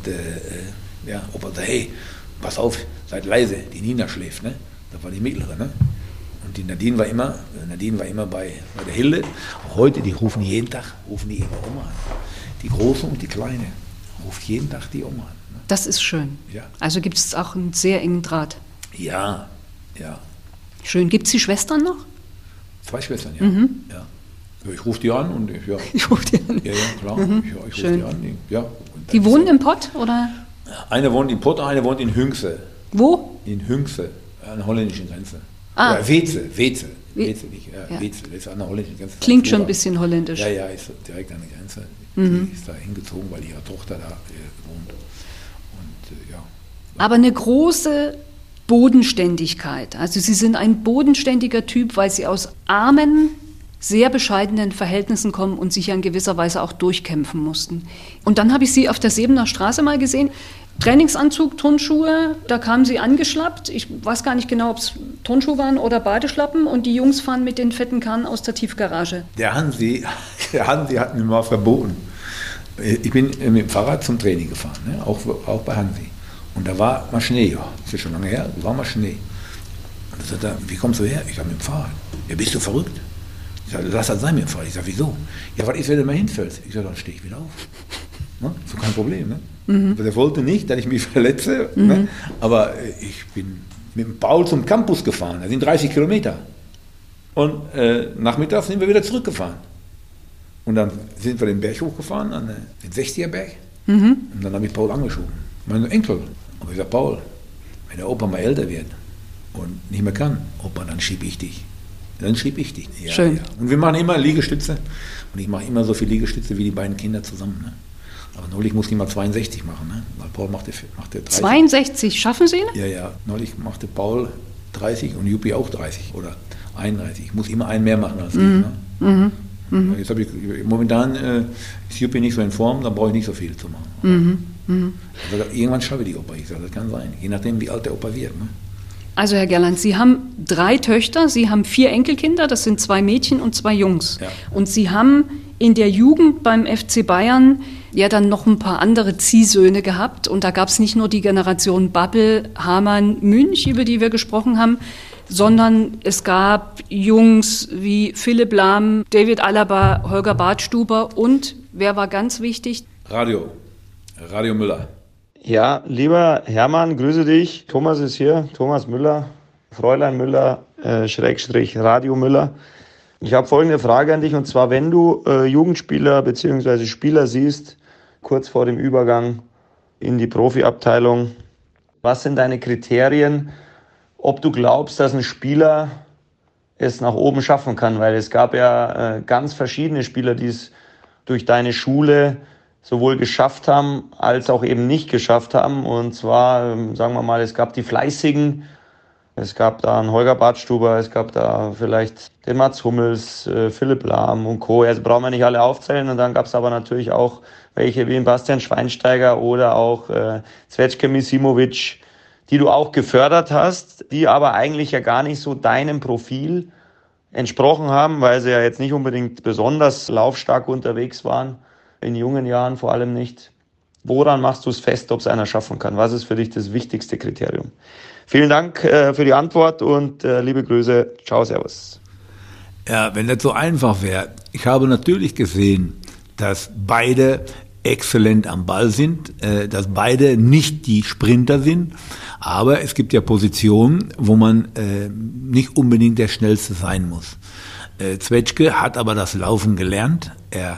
Opa sagte, hey, pass auf, seid leise, die Nina schläft. Ne? Das war die mittlere. Ne? Und die Nadine war immer bei der Hilde. Heute, die rufen jeden Tag, ihre Oma an. Die Große und die Kleine ruft jeden Tag die Oma an. Ne? Das ist schön. Ja. Also gibt es auch einen sehr engen Draht. Ja. Schön. Gibt es die Schwestern noch? 2 Schwestern, ja. Ja. Ich rufe die an und ja. Ich rufe die an. Ja, klar. Ich rufe die an. Ja. Die wohnen im Pott, oder? Eine wohnt in Pott, eine wohnt in Hünxe. Wo? In Hünxe, an der holländischen Grenze. Ah. Oder Weze nicht. Ja. Weze, das ist an der holländischen Grenze. Klingt schon ein bisschen holländisch. Ja, ist direkt an der Grenze. Die ist da hingezogen, weil ihre Tochter da wohnt. Und Aber eine große Bodenständigkeit. Also Sie sind ein bodenständiger Typ, weil Sie aus armen, sehr bescheidenen Verhältnissen kommen und sich ja in gewisser Weise auch durchkämpfen mussten. Und dann habe ich Sie auf der Sebener Straße mal gesehen. Trainingsanzug, Turnschuhe, da kamen Sie angeschlappt. Ich weiß gar nicht genau, ob es Turnschuhe waren oder Badeschlappen. Und die Jungs fahren mit den fetten Kahnen aus der Tiefgarage. Der Hansi hat mir mal verboten. Ich bin mit dem Fahrrad zum Training gefahren, ne? auch bei Hansi. Und da war mal Schnee, ja, das ist schon lange her, war mal Schnee. Und da sagt er, wie kommst du her? Ich sage, mit dem Fahrrad. Ja, bist du verrückt? Ich sage, lass das sein mit dem Fahrrad. Ich sage, wieso? Ja, was ist, wenn du mal hinfällst? Ich sage, dann stehe ich wieder auf. Ne? So kein Problem. Ne? Der wollte nicht, dass ich mich verletze. Ne? Aber ich bin mit dem Paul zum Campus gefahren. Das sind 30 Kilometer. Und nachmittags sind wir wieder zurückgefahren. Und dann sind wir den Berg hochgefahren, an den 60er Berg. Und dann habe ich Paul angeschoben. Mein Enkel. Und ich sage, Paul, wenn der Opa mal älter wird und nicht mehr kann, Opa, dann schiebe ich dich. Dann schiebe ich dich. Ja, schön. Ja. Und wir machen immer Liegestütze. Und ich mache immer so viel Liegestütze wie die beiden Kinder zusammen. Ne? Aber neulich musste ich mal 62 machen, ne? Weil Paul machte 30. 62, schaffen Sie? Ja. Neulich machte Paul 30 und Juppie auch 30 oder 31. Ich muss immer einen mehr machen als ich. Ne? Jetzt habe ich, momentan ist Juppie nicht so in Form, dann brauche ich nicht so viel zu machen. Also, irgendwann schaffe ich die Opa. Ich sage, das kann sein. Je nachdem, wie alt der Opa wird. Ne? Also Herr Gerland, Sie haben 3 Töchter, Sie haben 4 Enkelkinder, das sind 2 Mädchen und 2 Jungs. Ja. Und Sie haben in der Jugend beim FC Bayern ja dann noch ein paar andere Ziehsöhne gehabt. Und da gab es nicht nur die Generation Babbel, Hamann, Münch, über die wir gesprochen haben, sondern es gab Jungs wie Philipp Lahm, David Alaba, Holger Badstuber und, wer war ganz wichtig? Radio Müller. Ja, lieber Hermann, grüße dich. Thomas ist hier, Thomas Müller, Fräulein Müller, / Radio Müller. Ich habe folgende Frage an dich, und zwar, wenn du Jugendspieler bzw. Spieler siehst, kurz vor dem Übergang in die Profiabteilung, was sind deine Kriterien, ob du glaubst, dass ein Spieler es nach oben schaffen kann? Weil es gab ja ganz verschiedene Spieler, die es durch deine Schule sowohl geschafft haben, als auch eben nicht geschafft haben. Und zwar, sagen wir mal, es gab die Fleißigen, es gab da einen Holger Badstuber, es gab da vielleicht den Mats Hummels, Philipp Lahm und Co. Also brauchen wir nicht alle aufzählen. Und dann gab es aber natürlich auch welche wie Bastian Schweinsteiger oder auch Cvetka Misimovic, die du auch gefördert hast, die aber eigentlich ja gar nicht so deinem Profil entsprochen haben, weil sie ja jetzt nicht unbedingt besonders laufstark unterwegs waren. In jungen Jahren vor allem nicht. Woran machst du es fest, ob es einer schaffen kann? Was ist für dich das wichtigste Kriterium? Vielen Dank für die Antwort und liebe Grüße. Ciao, servus. Ja, wenn das so einfach wäre. Ich habe natürlich gesehen, dass beide exzellent am Ball sind, dass beide nicht die Sprinter sind, aber es gibt ja Positionen, wo man nicht unbedingt der Schnellste sein muss. Cvetka hat aber das Laufen gelernt. Er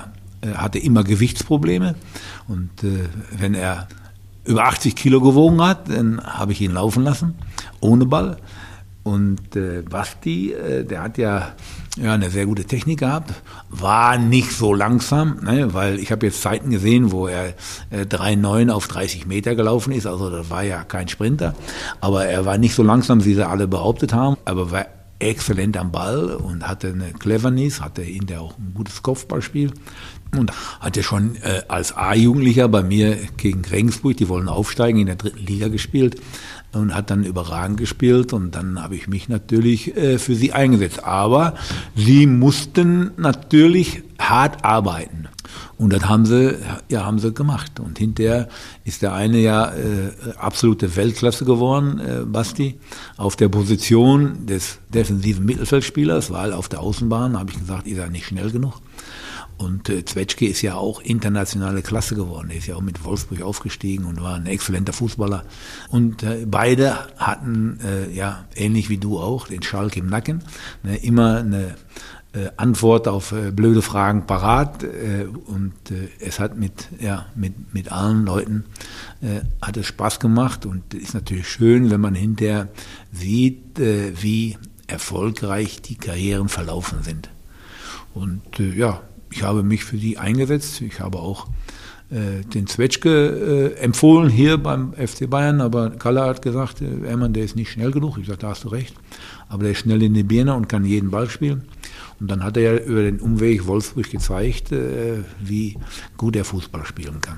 hatte immer Gewichtsprobleme. Und wenn er über 80 Kilo gewogen hat, dann habe ich ihn laufen lassen, ohne Ball. Und Basti, der hat ja eine sehr gute Technik gehabt, war nicht so langsam, ne, weil ich habe jetzt Zeiten gesehen, wo er 3,9 auf 30 Meter gelaufen ist, also das war ja kein Sprinter, aber er war nicht so langsam, wie sie alle behauptet haben, aber war exzellent am Ball und hatte eine Cleverness, hatte hinterher auch ein gutes Kopfballspiel und hatte schon als A-Jugendlicher bei mir gegen Regensburg, die wollen aufsteigen, in der 3. Liga gespielt und hat dann überragend gespielt und dann habe ich mich natürlich für sie eingesetzt. Aber sie mussten natürlich hart arbeiten und das haben sie gemacht. Und hinterher ist der eine absolute Weltklasse geworden, Basti, auf der Position des defensiven Mittelfeldspielers, weil auf der Außenbahn habe ich gesagt, ist er nicht schnell genug. Und Zwetschge ist ja auch internationale Klasse geworden. Er ist ja auch mit Wolfsburg aufgestiegen und war ein exzellenter Fußballer. Und beide hatten, ähnlich wie du auch, den Schalk im Nacken, immer eine Antwort auf blöde Fragen parat. Und es hat mit allen Leuten hat es Spaß gemacht. Und es ist natürlich schön, wenn man hinterher sieht, wie erfolgreich die Karrieren verlaufen sind. Und ich habe mich für die eingesetzt. Ich habe auch den Zwetschge empfohlen hier beim FC Bayern, aber Kalle hat gesagt, Hermann, der ist nicht schnell genug. Ich sagte, da hast du recht. Aber der ist schnell in die Birne und kann jeden Ball spielen. Und dann hat er ja über den Umweg Wolfsburg gezeigt, wie gut er Fußball spielen kann.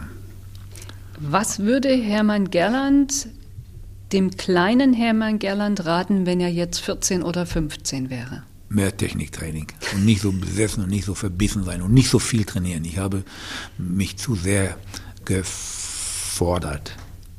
Was würde Hermann Gerland dem kleinen Hermann Gerland raten, wenn er jetzt 14 oder 15 wäre? Mehr Techniktraining und nicht so besessen und nicht so verbissen sein und nicht so viel trainieren. Ich habe mich zu sehr gefoltert.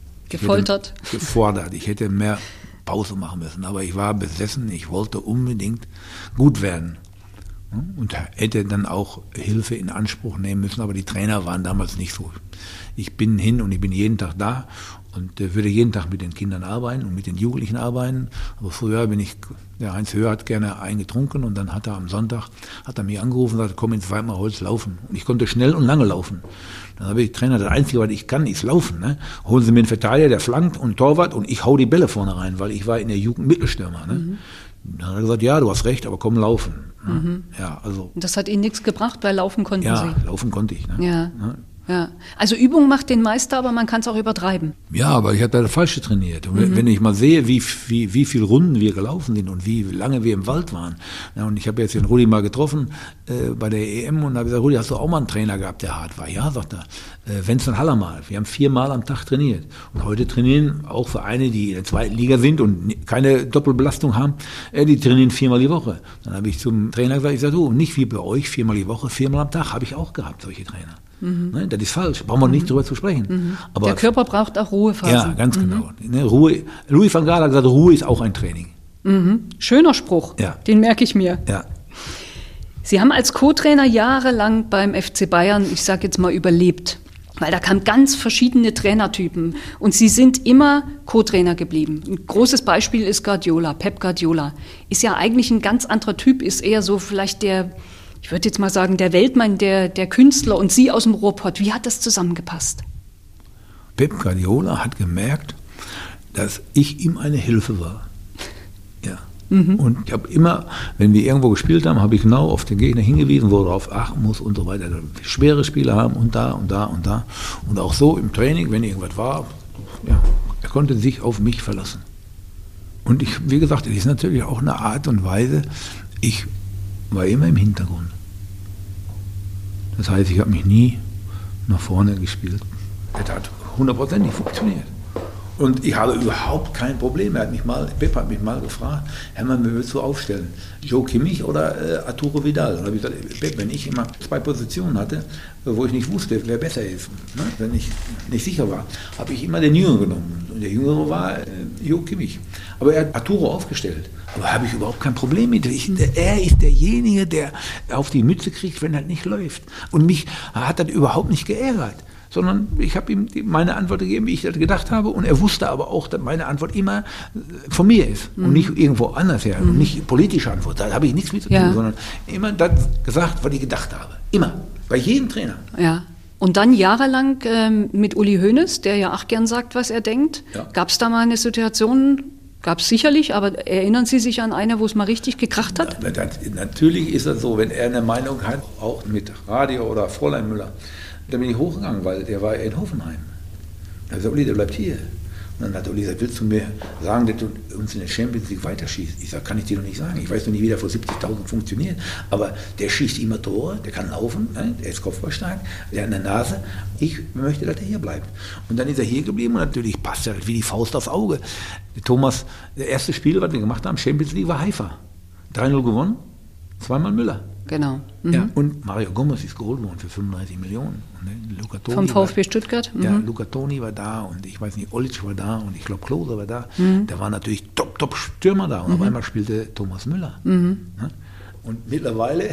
Ich hätte mehr Pause machen müssen, aber ich war besessen, ich wollte unbedingt gut werden und hätte dann auch Hilfe in Anspruch nehmen müssen, aber die Trainer waren damals nicht so. Ich bin hin und ich bin jeden Tag da und würde jeden Tag mit den Kindern arbeiten und mit den Jugendlichen arbeiten. Aber früher der Heinz Höher hat gerne eingetrunken und dann hat er am Sonntag, mich angerufen und gesagt, komm ins Weidmarholz laufen. Und ich konnte schnell und lange laufen. Dann habe ich Trainer, das Einzige, was ich kann, ist laufen. Ne? Holen Sie mir einen Verteidiger, der flankt und Torwart und ich hau die Bälle vorne rein, weil ich war in der Jugend Mittelstürmer. Ne? Mhm. Dann hat er gesagt, ja, du hast recht, aber komm laufen. Mhm. Ja, also. Und das hat Ihnen nichts gebracht, weil laufen konnten Sie? Ja, laufen konnte ich. Ne? Ja. Ja, also Übung macht den Meister, aber man kann es auch übertreiben. Ja, aber ich habe da das Falsche trainiert. Und wenn ich mal sehe, wie viele Runden wir gelaufen sind und wie lange wir im Wald waren. Ja, und ich habe jetzt den Rudi mal getroffen bei der EM und habe gesagt, Rudi, hast du auch mal einen Trainer gehabt, der hart war? Ja, sagt er. Vincent Haller mal. Wir haben 4 Mal am Tag trainiert. Und heute trainieren auch Vereine, die in der 2. Liga sind und keine Doppelbelastung haben, die trainieren 4-mal die Woche. Dann habe ich zum Trainer gesagt, ich sage, du, nicht wie bei euch 4-mal die Woche, 4-mal am Tag habe ich auch gehabt, solche Trainer. Nein, das ist falsch, brauchen wir nicht drüber zu sprechen. Aber der Körper braucht auch Ruhephasen. Ja, ganz genau. Ruhe. Louis van Gaal hat gesagt, Ruhe ist auch ein Training. Schöner Spruch, den merke ich mir. Ja. Sie haben als Co-Trainer jahrelang beim FC Bayern, ich sage jetzt mal, überlebt. Weil da kamen ganz verschiedene Trainertypen und Sie sind immer Co-Trainer geblieben. Ein großes Beispiel ist Guardiola, Pep Guardiola. Ist ja eigentlich ein ganz anderer Typ, ist eher so vielleicht ich würde jetzt mal sagen, der Weltmann, der Künstler und Sie aus dem Ruhrpott. Wie hat das zusammengepasst? Pep Guardiola hat gemerkt, dass ich ihm eine Hilfe war. Ja. Und ich habe immer, wenn wir irgendwo gespielt haben, habe ich genau auf den Gegner hingewiesen, wo er darauf achten muss und so weiter. Schwere Spieler haben und da und da und da. Und auch so im Training, wenn irgendwas war, er konnte sich auf mich verlassen. Und wie gesagt, es ist natürlich auch eine Art und Weise, ich war immer im Hintergrund. Das heißt, ich habe mich nie nach vorne gespielt. Das hat 100% funktioniert. Und ich habe überhaupt kein Problem. Pep hat mich mal gefragt, Hermann, wer willst du aufstellen? Joe Kimmich oder Arturo Vidal? Und dann habe ich gesagt, Pep, wenn ich immer 2 Positionen hatte, wo ich nicht wusste, wer besser ist, ne? Wenn ich nicht sicher war, habe ich immer den Jüngeren genommen. Und der Jüngere war Joe Kimmich. Aber er hat Arturo aufgestellt. Aber habe ich überhaupt kein Problem mit. Er ist derjenige, der auf die Mütze kriegt, wenn das nicht läuft. Und mich hat das überhaupt nicht geärgert. sondern ich habe ihm meine Antwort gegeben, wie ich das gedacht habe, und er wusste aber auch, dass meine Antwort immer von mir ist und nicht irgendwo anders her und nicht politische Antwort. Da habe ich nichts mit zu tun, sondern immer das gesagt, was ich gedacht habe. Immer. Bei jedem Trainer. Ja. Und dann jahrelang mit Uli Hoeneß, der ja auch gern sagt, was er denkt. Ja. Gab es da mal eine Situation, gab es sicherlich, aber erinnern Sie sich an eine, wo es mal richtig gekracht hat? Natürlich ist es so, wenn er eine Meinung hat, auch mit Radio oder Fräulein Müller, dann bin ich hochgegangen, weil der war in Hoffenheim. Da sagt Uli, der bleibt hier. Und dann hat Uli gesagt, willst du mir sagen, dass du uns in der Champions League weiterschießt? Ich sage, kann ich dir noch nicht sagen. Ich weiß noch nicht, wie der vor 70.000 funktioniert. Aber der schießt immer Tore, der kann laufen, ne? Der ist kopfballstark, der hat eine Nase. Ich möchte, dass er hier bleibt. Und dann ist er hier geblieben und natürlich passt er halt wie die Faust aufs Auge. Thomas, das erste Spiel, was wir gemacht haben, Champions League, war Haifa. 3-0 gewonnen, 2-mal Müller. Genau. Ja, und Mario Gomez ist geholt worden für 35 Millionen. Und, ne, Luca Toni vom VfB Stuttgart? Ja, Luca Toni war da und ich weiß nicht, Olic war da und ich glaube Klose war da. Da waren natürlich Top-Stürmer da und auf einmal spielte Thomas Müller. Ne? Und mittlerweile,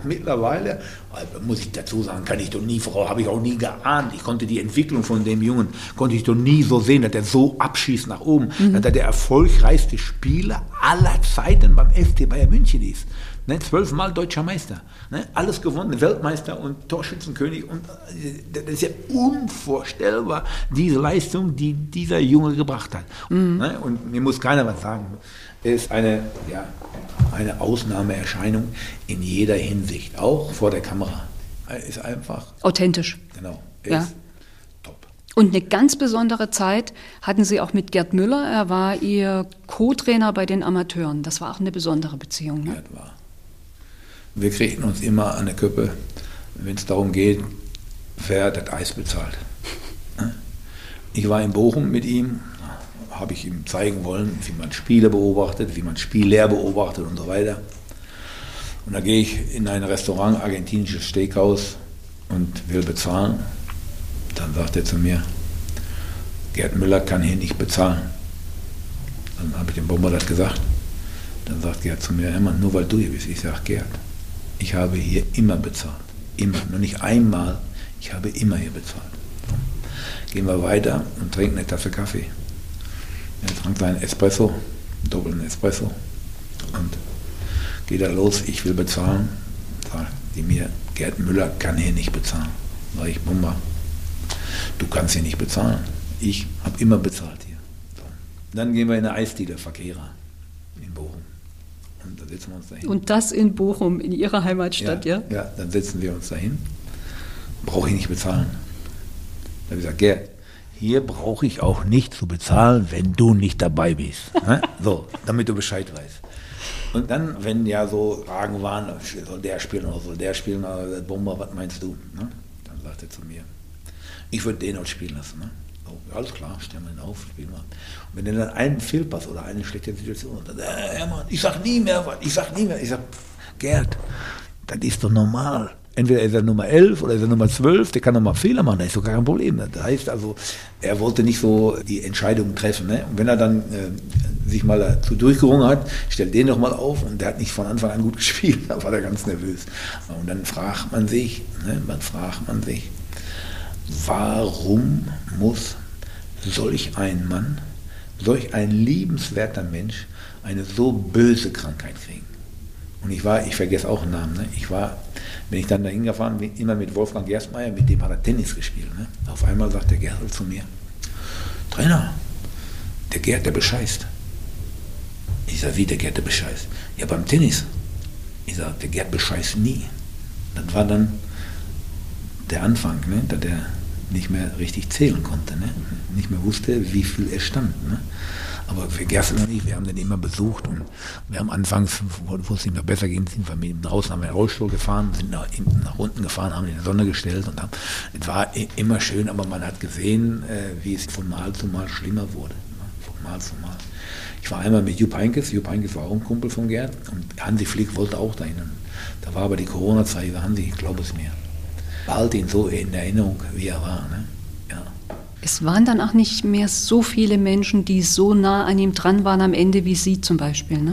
muss ich dazu sagen, habe ich auch nie geahnt. Ich konnte die Entwicklung von dem Jungen, konnte ich doch nie so sehen, dass er so abschießt nach oben, dass er der erfolgreichste Spieler aller Zeiten beim FC Bayern München ist. Ne, 12-mal deutscher Meister, ne, alles gewonnen, Weltmeister und Torschützenkönig. Und das ist ja unvorstellbar, diese Leistung, die dieser Junge gebracht hat. Ne, und mir muss keiner was sagen. Er ist eine Ausnahmeerscheinung in jeder Hinsicht, auch vor der Kamera. Er ist einfach authentisch. Genau, er ist top. Und eine ganz besondere Zeit hatten Sie auch mit Gerd Müller. Er war Ihr Co-Trainer bei den Amateuren. Das war auch eine besondere Beziehung. Ne? Gerd war. Wir kriegten uns immer an der Köppe, wenn es darum geht, wer das Eis bezahlt. Ich war in Bochum mit ihm, habe ich ihm zeigen wollen, wie man Spiele beobachtet, wie man Spieler beobachtet und so weiter. Und da gehe ich in ein Restaurant, argentinisches Steakhouse, und will bezahlen. Dann sagt er zu mir, Gerd Müller kann hier nicht bezahlen. Dann habe ich dem Bomber das gesagt. Dann sagt Gerd zu mir, Hermann, nur weil du hier bist. Ich sage, Gerd, ich habe hier immer bezahlt. Immer. Nur nicht einmal. Ich habe immer hier bezahlt. So. Gehen wir weiter und trinken eine Tasse Kaffee. Er trank seinen Espresso, einen doppelten Espresso. Und geht da los, ich will bezahlen. Sagt die mir, Gerd Müller kann hier nicht bezahlen. Sag ich, Bomber, du kannst hier nicht bezahlen. Ich habe immer bezahlt hier. So. Dann gehen wir in eine Eisdiele, Verkehrer, in Bochum. Und da setzen wir uns dahin. Und das in Bochum, in Ihrer Heimatstadt, ja? Ja, dann setzen wir uns dahin. Brauche ich nicht bezahlen. Da habe ich gesagt, Gerd, hier brauche ich auch nicht zu bezahlen, wenn du nicht dabei bist. So, damit du Bescheid weißt. Und dann, wenn ja so Fragen waren, soll der spielen oder soll der spielen, oder Bomber, was meinst du? Dann sagt er zu mir, ich würde den auch spielen lassen. Ne? So, alles klar, stellen wir ihn auf, spielen wir. Und wenn er dann einen Fehlpass oder eine schlechte Situation hat, Hermann, ich sag nie mehr was, ich sag, Gerd, das ist doch normal. Entweder ist er Nummer 11 oder ist er Nummer 12, der kann noch mal Fehler machen, das ist doch gar kein Problem. Das heißt also, er wollte nicht so die Entscheidungen treffen. Ne? Und wenn er dann sich mal dazu durchgerungen hat, stellt den doch mal auf, und der hat nicht von Anfang an gut gespielt, da war er ganz nervös. Und dann fragt man sich, warum muss solch ein Mann, solch ein liebenswerter Mensch eine so böse Krankheit kriegen? Und ich vergesse auch einen Namen, ne? Bin ich dann dahin gefahren, immer mit Wolfgang Gerstmeier, mit dem hat er Tennis gespielt. Ne? Auf einmal sagt der Gerd zu mir, Trainer, der Gerd, der bescheißt. Ich sage, wie der Gerd, der bescheißt? Ja, beim Tennis. Ich sage, der Gerd bescheißt nie. Das war dann der Anfang, ne? Da der nicht mehr richtig zählen konnte, ne? Nicht mehr wusste, wie viel er stand. Ne? Aber wir Gerstl und ich, wir haben den immer besucht, und wir haben anfangs, wo es ihm noch besser ging, sind wir mit ihm draußen, haben wir den Rollstuhl gefahren, sind nach unten gefahren, haben ihn in die Sonne gestellt, und es war immer schön, aber man hat gesehen, wie es von Mal zu Mal schlimmer wurde. Von Mal zu Mal. Ich war einmal mit Jupp Heynckes war auch ein Kumpel von Gerd, und Hansi Flick wollte auch dahin. Da war aber die Corona-Zeit, Hansi, ich glaube es mir. Behalte ihn so in Erinnerung, wie er war. Ne? Ja. Es waren dann auch nicht mehr so viele Menschen, die so nah an ihm dran waren am Ende wie Sie zum Beispiel, ne?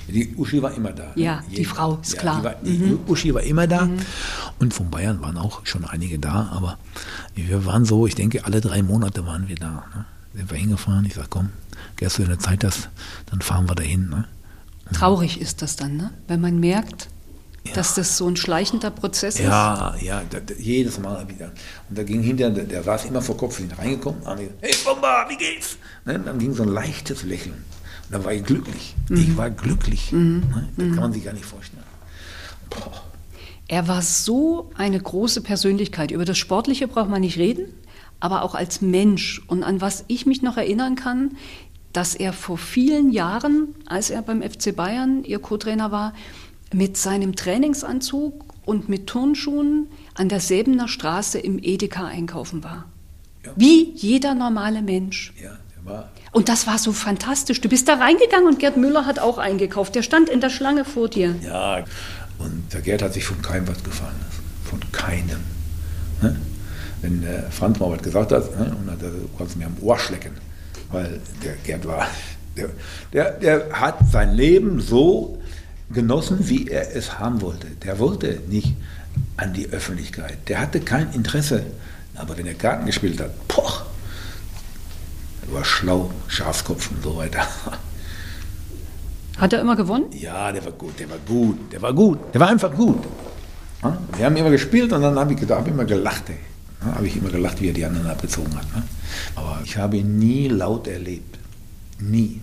Die Uschi war immer da. Ja, die Frau, ist klar. Die Uschi war immer da. Und von Bayern waren auch schon einige da. Aber wir waren so, ich denke, alle 3 Monate waren wir da. Ne? Sind wir hingefahren. Ich sage, komm, Gerd, wenn du Zeit hast, dann fahren wir dahin. Ne? Traurig ist das dann, ne? Wenn man merkt, dass das so ein schleichender Prozess ist. Ja, jedes Mal habe ich da. Und da ging hinterher, der saß immer vor Kopf, sind reingekommen, haben gesagt, hey Bomber, wie geht's? Ne? Dann ging so ein leichtes Lächeln. Und dann war ich glücklich. Ich war glücklich. Ne? Das kann man sich gar nicht vorstellen. Boah. Er war so eine große Persönlichkeit. Über das Sportliche braucht man nicht reden, aber auch als Mensch. Und an was ich mich noch erinnern kann, dass er vor vielen Jahren, als er beim FC Bayern, ihr Co-Trainer war, mit seinem Trainingsanzug und mit Turnschuhen an der Säbener Straße im Edeka einkaufen war. Ja. Wie jeder normale Mensch. Ja, der war. Und das war so fantastisch. Du bist da reingegangen und Gerd Müller hat auch eingekauft. Der stand in der Schlange vor dir. Ja, und der Gerd hat sich von keinem was gefallen lassen. Von keinem. Ne? Wenn Franz mal was gesagt hat, ne? Und hat er konnte mir am Ohr schlecken. Weil der Gerd war, der hat sein Leben so genossen, wie er es haben wollte. Der wollte nicht an die Öffentlichkeit. Der hatte kein Interesse. Aber wenn er Karten gespielt hat, poch, er war schlau, Schafskopf und so weiter. Hat er immer gewonnen? Ja, der war gut. Der war einfach gut. Wir haben immer gespielt und dann habe ich immer gelacht. Habe ich immer gelacht, wie er die anderen abgezogen hat. Aber ich habe ihn nie laut erlebt. Nie.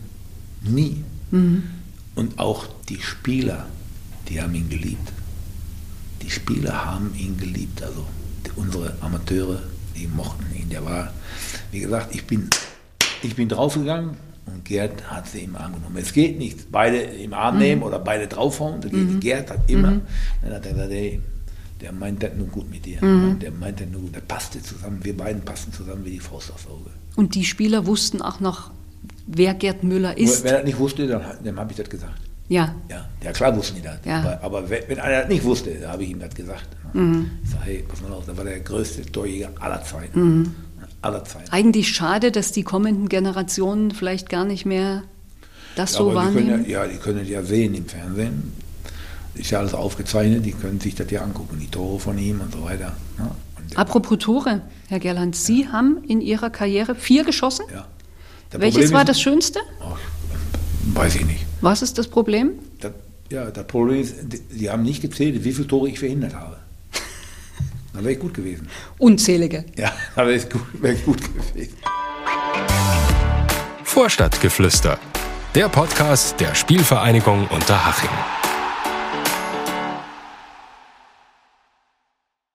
Und auch die Spieler, die haben ihn geliebt. Die Spieler haben ihn geliebt. Also unsere Amateure, die mochten ihn. Der war, wie gesagt, ich bin draufgegangen und Gerd hat sie im Arm genommen. Es geht nicht, beide im Arm nehmen oder beide draufhauen. Gerd hat immer, dann hat er gesagt, hey, der meint das nur gut mit dir. Der meint das nur gut. Der passte zusammen. Wir beiden passten zusammen wie die Faust aufs Auge. Und die Spieler wussten auch noch, wer Gerd Müller ist. Wer das nicht wusste, dem habe ich das gesagt. Ja. Ja, klar wussten die das. Ja. Aber wenn einer das nicht wusste, da habe ich ihm das gesagt. Ich sage, hey, pass mal auf, das war der größte Torjäger aller Zeiten. Aller Zeiten. Eigentlich schade, dass die kommenden Generationen vielleicht gar nicht mehr das so wahrnehmen. Die können ja sehen im Fernsehen. Ist ja alles aufgezeichnet, die können sich das ja angucken, die Tore von ihm und so weiter. Ja. Apropos Tore, Herr Gerland, Sie haben in Ihrer Karriere 4 geschossen? Ja. Welches war das Schönste? Weiß ich nicht. Was ist das Problem? Das Problem ist, die haben nicht gezählt, wie viele Tore ich verhindert habe. Dann wäre ich gut gewesen. Unzählige. Ja, dann wäre ich gut gewesen. Vorstadtgeflüster, der Podcast der Spielvereinigung Unterhaching.